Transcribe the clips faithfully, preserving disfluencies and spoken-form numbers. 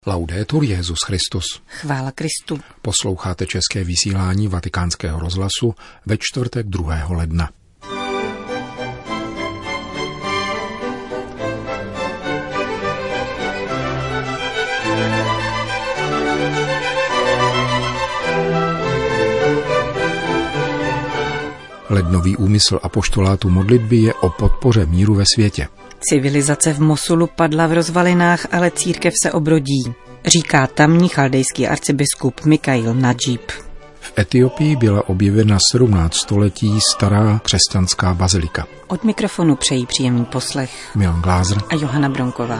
Laudetur Jesus Christus. Chvála Kristu. Posloucháte české vysílání Vatikánského rozhlasu ve čtvrtek druhého ledna. Lednový úmysl apoštolátu modlitby je o podpoře míru ve světě. Civilizace v Mosulu padla v rozvalinách, ale církev se obrodí, říká tamní chaldejský arcibiskup Mikhail Nadžib. V Etiopii byla objevena sedmnáct století stará křesťanská bazilika. Od mikrofonu přejí příjemný poslech Milan Glázer a Johana Bronková.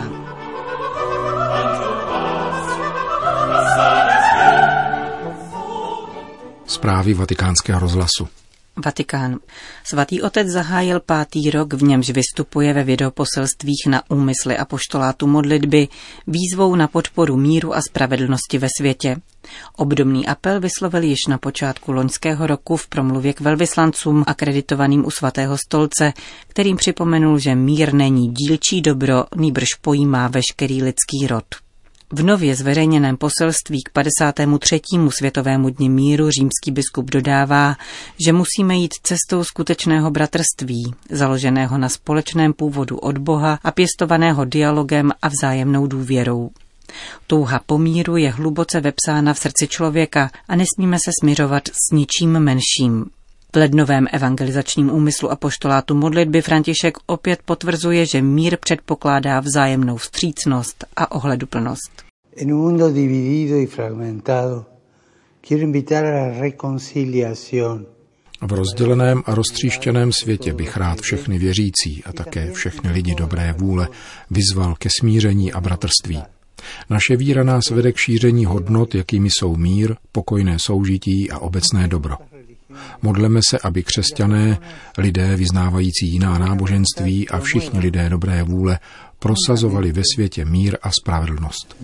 Zprávy Vatikánského rozhlasu. Vatikán. Svatý otec zahájil pátý rok, v němž vystupuje ve videoposelstvích na úmysly apoštolátu modlitby výzvou na podporu míru a spravedlnosti ve světě. Obdobný apel vyslovil již na počátku loňského roku v promluvě k velvyslancům akreditovaným u svatého stolce, kterým připomenul, že mír není dílčí dobro, nýbrž pojímá veškerý lidský rod. V nově zveřejněném poselství k padesátému třetímu světovému dni míru římský biskup dodává, že musíme jít cestou skutečného bratrství, založeného na společném původu od Boha a pěstovaného dialogem a vzájemnou důvěrou. Touha po míru je hluboce vepsána v srdci člověka a nesmíme se smiřovat s ničím menším. V lednovém evangelizačním úmyslu apoštolátu modlitby František opět potvrzuje, že mír předpokládá vzájemnou vstřícnost a ohleduplnost. En un mundo dividido y fragmentado, quiero invitar a la reconciliación. V rozděleném a roztříštěném světě bych rád všechny věřící a také všechny lidi dobré vůle vyzval ke smíření a bratrství. Naše víra nás vede k šíření hodnot, jakými jsou mír, pokojné soužití a obecné dobro. Modleme se, aby křesťané, lidé vyznávající jiná náboženství a všichni lidé dobré vůle prosazovali ve světě mír a spravedlnost.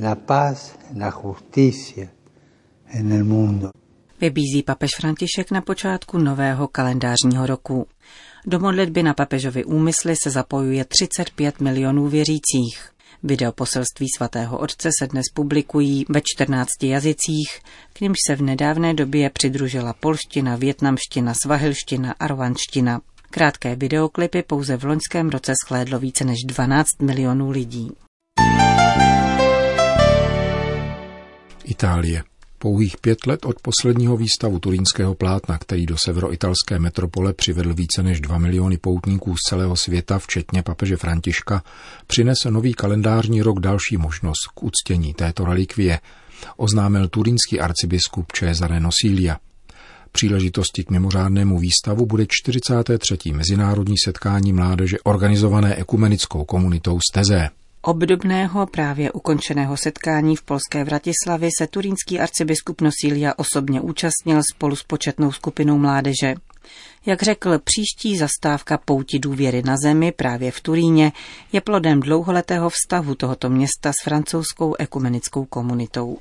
Vybízí papež František na počátku nového kalendářního roku. Do modlitby na papežovy úmysly se zapojuje třicet pět milionů věřících. Videoposelství svatého otce se dnes publikují ve čtrnácti jazycích, k nimž se v nedávné době přidružila polština, vietnamština, svahilština a rwanština. Krátké videoklipy pouze v loňském roce shlédlo více než dvanáct milionů lidí. Itálie. Pouhých pět let od posledního výstavu turínského plátna, který do severoitalské metropole přivedl více než dva miliony poutníků z celého světa, včetně papeže Františka, přinese nový kalendářní rok další možnost k uctění této relikvie, oznámil turínský arcibiskup Cesare Nosiglia. Příležitosti k mimořádnému výstavu bude čtyřicáté třetí mezinárodní setkání mládeže organizované ekumenickou komunitou z Teze. Obdobného právě ukončeného setkání v polské Vratislavi se turínský arcibiskup Nosiglia osobně účastnil spolu s početnou skupinou mládeže. Jak řekl, příští zastávka pouti důvěry na zemi právě v Turíně je plodem dlouholetého vztahu tohoto města s francouzskou ekumenickou komunitou.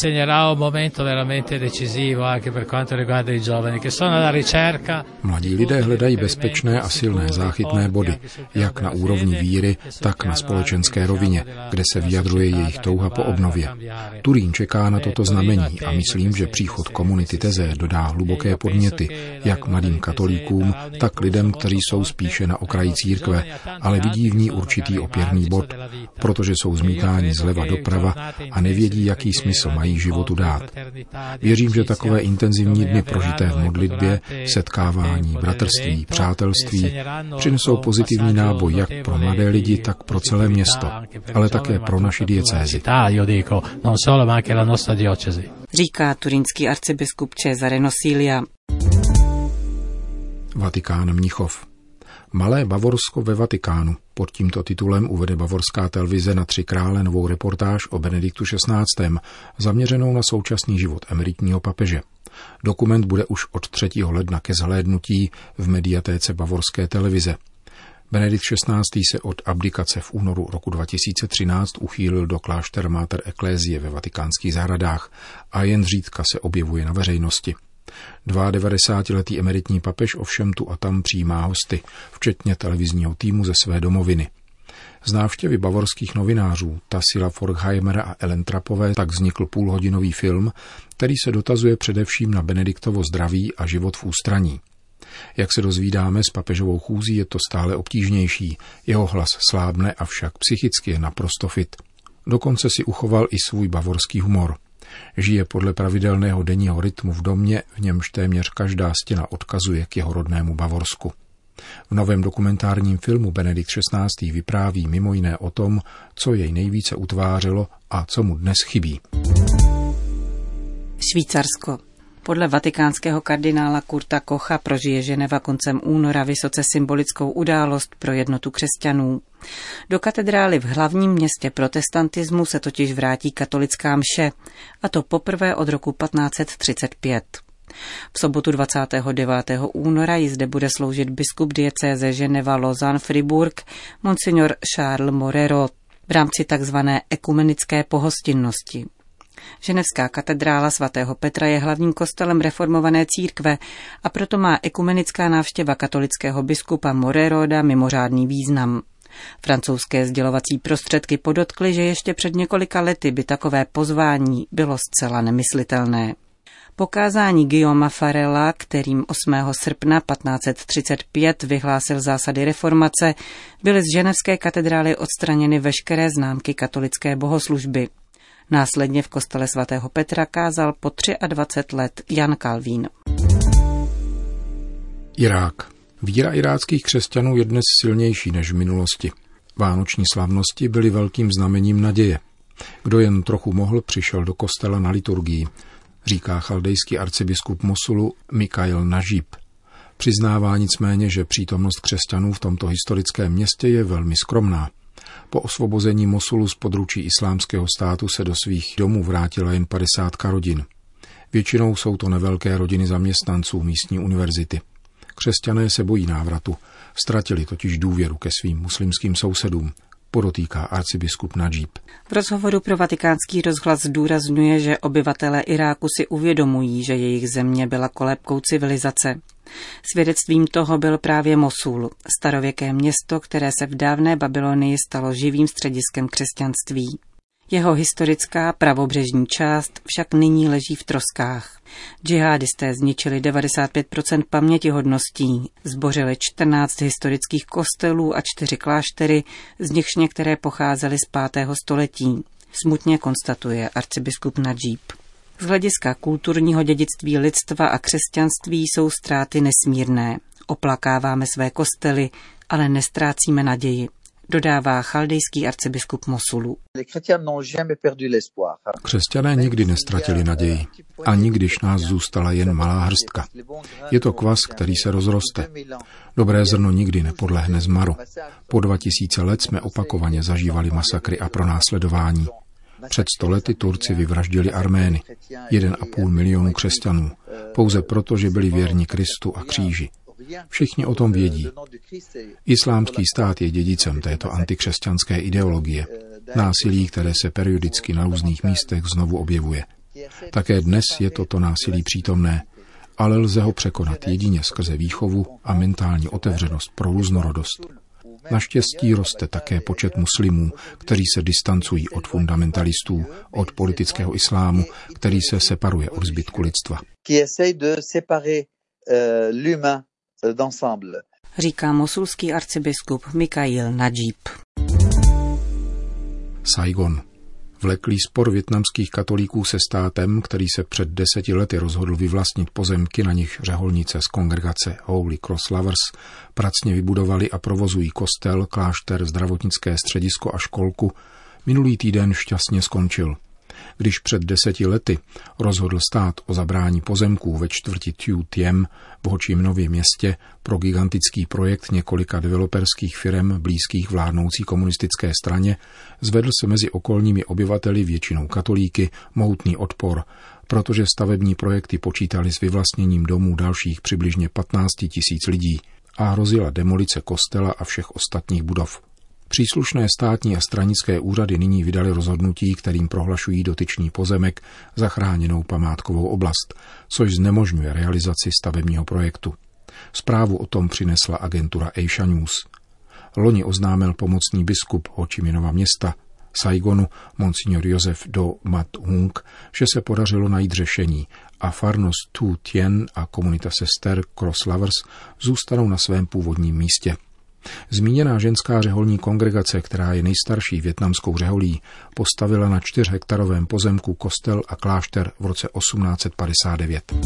Mladí lidé hledají bezpečné a silné záchytné body, jak na úrovni víry, tak na společenské rovině, kde se vyjadřuje jejich touha po obnově. Turín čeká na toto znamení a myslím, že příchod komunity Teze dodá hluboké podněty, jak mladým katolíkům, tak lidem, kteří jsou spíše na okraji církve, ale vidí v ní určitý opěrný bod, protože jsou zmítáni zleva doprava a nevědí, jaký smysl mají životu dát. Věřím, že takové intenzivní dny prožité v modlitbě, setkávání, bratrství, přátelství přinesou pozitivní náboj jak pro mladé lidi, tak pro celé město, ale také pro naši diecézi. Říká turínský arcibiskup Cesare Nosiglia. Vatikán Mnichov. Malé Bavorsko ve Vatikánu. Pod tímto titulem uvede bavorská televize Na tři krále novou reportáž o Benediktu šestnáctém, zaměřenou na současný život emeritního papeže. Dokument bude už od třetího ledna ke zhlédnutí v mediatéce bavorské televize. Benedikt šestnáctý se od abdikace v únoru roku dva tisíce třináct uchýlil do kláštera Mater Ecclesiae ve vatikánských zahradách a jen zřídka se objevuje na veřejnosti. devadesátiletý emeritní papež ovšem tu a tam přijímá hosty, včetně televizního týmu ze své domoviny. Z návštěvy bavorských novinářů Tassila Forkheimera a Ellen Trappové tak vznikl půlhodinový film, který se dotazuje především na Benediktovo zdraví a život v ústraní. Jak se dozvídáme, s papežovou chůzí je to stále obtížnější, jeho hlas slábne, avšak psychicky je naprosto fit. Dokonce si uchoval i svůj bavorský humor. Žije podle pravidelného denního rytmu v domě, v němž téměř každá stěna odkazuje k jeho rodnému Bavorsku. V novém dokumentárním filmu Benedikt šestnáctý vypráví mimo jiné o tom, co jej nejvíce utvářelo a co mu dnes chybí. Švýcarsko. Podle vatikánského kardinála Kurta Kocha prožije Ženeva koncem února vysoce symbolickou událost pro jednotu křesťanů. Do katedrály v hlavním městě protestantismu se totiž vrátí katolická mše, a to poprvé od roku patnáct set třicet pět. V sobotu dvacátého devátého února ji zde bude sloužit biskup diecéze Ženeva Lausanne Fribourg, monsignor Charles Morero, v rámci takzvané ekumenické pohostinnosti. Ženevská katedrála svatého Petra je hlavním kostelem reformované církve a proto má ekumenická návštěva katolického biskupa Moreroda mimořádný význam. Francouzské sdělovací prostředky podotkly, že ještě před několika lety by takové pozvání bylo zcela nemyslitelné. Pokázání Guillauma Farela, kterým osmého srpna patnáct set třicet pět vyhlásil zásady reformace, byly z ženevské katedrály odstraněny veškeré známky katolické bohoslužby. Následně v kostele svatého Petra kázal po dvacet tři let Jan Kalvín. Irák. Víra iráckých křesťanů je dnes silnější než v minulosti. Vánoční slavnosti byly velkým znamením naděje. Kdo jen trochu mohl, přišel do kostela na liturgii, říká chaldejský arcibiskup Mosulu Mikail Najib. Přiznává nicméně, že přítomnost křesťanů v tomto historickém městě je velmi skromná. Po osvobození Mosulu z područí islámského státu se do svých domů vrátila jen padesátka rodin. Většinou jsou to nevelké rodiny zaměstnanců místní univerzity. Křesťané se bojí návratu, ztratili totiž důvěru ke svým muslimským sousedům, podotýká arcibiskup Najib. V rozhovoru pro Vatikánský rozhlas zdůrazňuje, že obyvatelé Iráku si uvědomují, že jejich země byla kolébkou civilizace. Svědectvím toho byl právě Mosul, starověké město, které se v dávné Babylonii stalo živým střediskem křesťanství. Jeho historická pravobřežní část však nyní leží v troskách. Džihadisté zničili devadesát pět procent pamětihodností, zbořili čtrnáct historických kostelů a čtyři kláštery, z nichž některé pocházely z pátého století. Smutně konstatuje arcibiskup Najib. Z hlediska kulturního dědictví lidstva a křesťanství jsou ztráty nesmírné. Oplakáváme své kostely, ale nestrácíme naději, dodává chaldejský arcibiskup Mosulu. Křesťané nikdy nestratili naději, ani když nás zůstala jen malá hrstka. Je to kvas, který se rozroste. Dobré zrno nikdy nepodlehne zmaru. Po dva tisíce let jsme opakovaně zažívali masakry a pronásledování. Před sto lety Turci vyvraždili Armény, jeden a půl milionu křesťanů, pouze proto, že byli věrni Kristu a kříži. Všichni o tom vědí. Islámský stát je dědicem této antikřesťanské ideologie, násilí, které se periodicky na různých místech znovu objevuje. Také dnes je toto násilí přítomné, ale lze ho překonat jedině skrze výchovu a mentální otevřenost pro různorodost. Naštěstí roste také počet muslimů, kteří se distancují od fundamentalistů, od politického islámu, který se separuje od zbytku lidstva. Říká mosulský arcibiskup Mikail Najib. Saigon. Vleklý spor vietnamských katolíků se státem, který se před deseti lety rozhodl vyvlastnit pozemky, na nich řeholnice z kongregace Holy Cross Lovers pracně vybudovali a provozují kostel, klášter, zdravotnické středisko a školku, minulý týden šťastně skončil. Když před deseti lety rozhodl stát o zabrání pozemků ve čtvrti Thieu Thiem v Ho Chi Minově městě pro gigantický projekt několika developerských firem blízkých vládnoucí komunistické straně, zvedl se mezi okolními obyvateli, většinou katolíky, mohutný odpor, protože stavební projekty počítaly s vyvlastněním domů dalších přibližně patnáct tisíc lidí a hrozila demolice kostela a všech ostatních budov. Příslušné státní a stranické úřady nyní vydali rozhodnutí, kterým prohlašují dotyčný pozemek za chráněnou památkovou oblast, což znemožňuje realizaci stavebního projektu. Zprávu o tom přinesla agentura Asia News. loni oznámil pomocný biskup Ho Chi Minhova města Saigonu, monsignor Josef Do Mat Hung, že se podařilo najít řešení a farnost Tu Tien a komunita sester Cross Lovers zůstanou na svém původním místě. Zmíněná ženská řeholní kongregace, která je nejstarší vietnamskou řeholí, postavila na čtyřhektarovém pozemku kostel a klášter v roce osmnáct set padesát devět.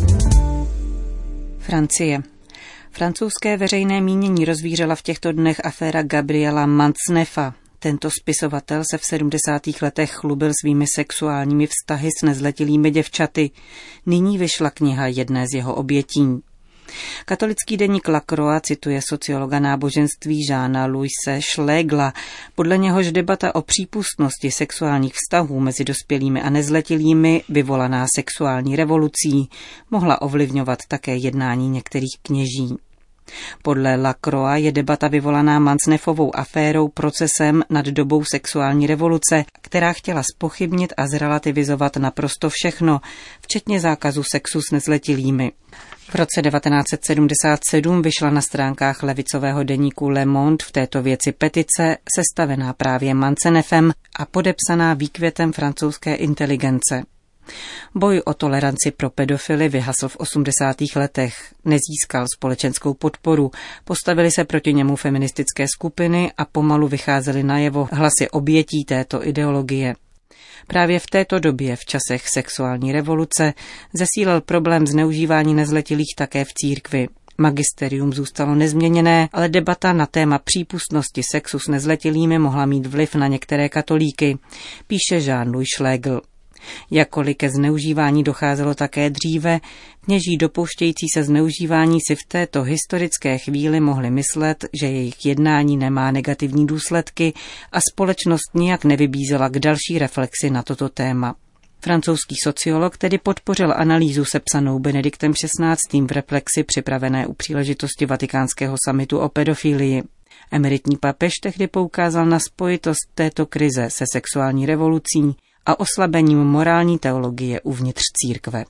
Francie. Francouzské veřejné mínění rozvířela v těchto dnech aféra Gabriela Mancnefa. Tento spisovatel se v sedmdesátých letech chlubil svými sexuálními vztahy s nezletilými děvčaty. Nyní vyšla kniha jedné z jeho obětí. Katolický deník La Croix cituje sociologa náboženství Jeana Louise Schlegla, podle něhož debata o přípustnosti sexuálních vztahů mezi dospělými a nezletilými, vyvolaná sexuální revolucí, mohla ovlivňovat také jednání některých kněží. Podle La Croix je debata vyvolaná Mancnefovou aférou procesem nad dobou sexuální revoluce, která chtěla zpochybnit a zrelativizovat naprosto všechno, včetně zákazu sexu s nezletilými. V roce devatenáct set sedmdesát sedm vyšla na stránkách levicového deníku Le Monde v této věci petice, sestavená právě Mancnefem a podepsaná výkvětem francouzské inteligence. Boj o toleranci pro pedofily vyhasl v osmdesátých letech, nezískal společenskou podporu, postavili se proti němu feministické skupiny a pomalu vycházely najevo hlasy obětí této ideologie. Právě v této době, v časech sexuální revoluce, zesílil problém zneužívání nezletilých také v církvi. Magisterium zůstalo nezměněné, ale debata na téma přípustnosti sexu s nezletilými mohla mít vliv na některé katolíky, píše Jean-Louis Schlegel. Jakkoliv ke zneužívání docházelo také dříve, kněží dopouštějící se zneužívání si v této historické chvíli mohli myslet, že jejich jednání nemá negativní důsledky a společnost nijak nevybízela k další reflexi na toto téma. Francouzský sociolog tedy podpořil analýzu sepsanou Benediktem šestnáctým v reflexi připravené u příležitosti vatikánského summitu o pedofilii. Emeritní papež tehdy poukázal na spojitost této krize se sexuální revolucí a oslabením morální teologie uvnitř církve.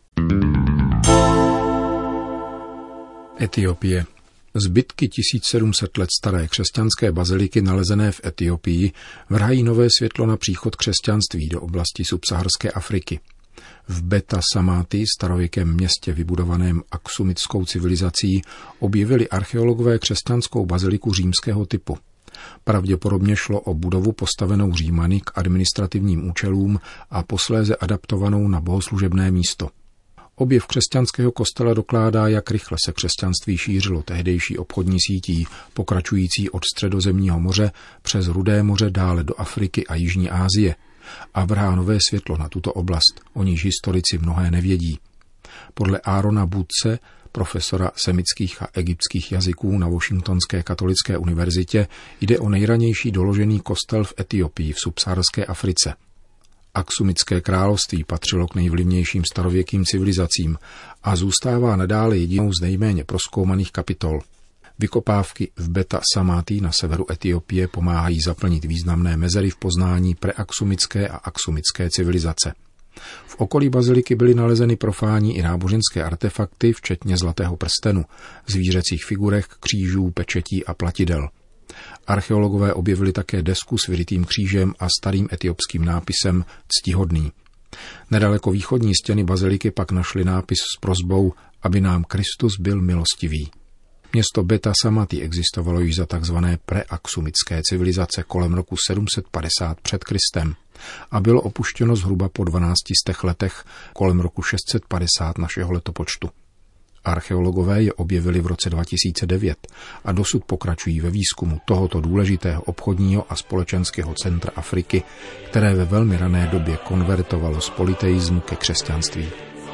Etiopie. Zbytky tisíc sedm set let staré křesťanské baziliky nalezené v Etiopii vrhají nové světlo na příchod křesťanství do oblasti subsaharské Afriky. V Beta Samáty, starověkém městě vybudovaném aksumitskou civilizací, objevili archeologové křesťanskou baziliku římského typu. Pravděpodobně šlo o budovu postavenou Římany k administrativním účelům a posléze adaptovanou na bohoslužebné místo. Objev křesťanského kostela dokládá, jak rychle se křesťanství šířilo tehdejší obchodní sítí, pokračující od Středozemního moře přes Rudé moře dále do Afriky a Jižní Asie, a vrhá nové světlo na tuto oblast, o níž historici mnohé nevědí. Podle Aarona Bootse, profesora semických a egyptských jazyků na Washingtonské katolické univerzitě, jde o nejranější doložený kostel v Etiopii v subsaharské Africe. Aksumitské království patřilo k nejvlivnějším starověkým civilizacím a zůstává nadále jedinou z nejméně prozkoumaných kapitol. Vykopávky v Beta Samáty na severu Etiopie pomáhají zaplnit významné mezery v poznání preaksumitské a aksumitské civilizace. V okolí baziliky byly nalezeny profánní i náboženské artefakty, včetně zlatého prstenu, zvířecích figurek, křížů, pečetí a platidel. Archeologové objevili také desku s vyrytým křížem a starým etiopským nápisem Ctihodný. Nedaleko východní stěny baziliky pak našli nápis s prosbou, aby nám Kristus byl milostivý. Město Beta Samáty existovalo již za tzv. Preaksumitské civilizace kolem roku sedm set padesát před Kristem a bylo opuštěno zhruba po dvanácti stech letech kolem roku šest set padesát našeho letopočtu. Archeologové je objevili v roce dva tisíce devět a dosud pokračují ve výzkumu tohoto důležitého obchodního a společenského centra Afriky, které ve velmi rané době konvertovalo z politeismu ke křesťanství.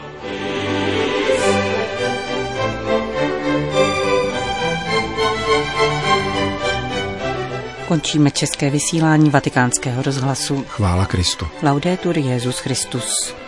Končíme české vysílání Vatikánského rozhlasu. Chvála Kristu. Laudetur Jesus Christus.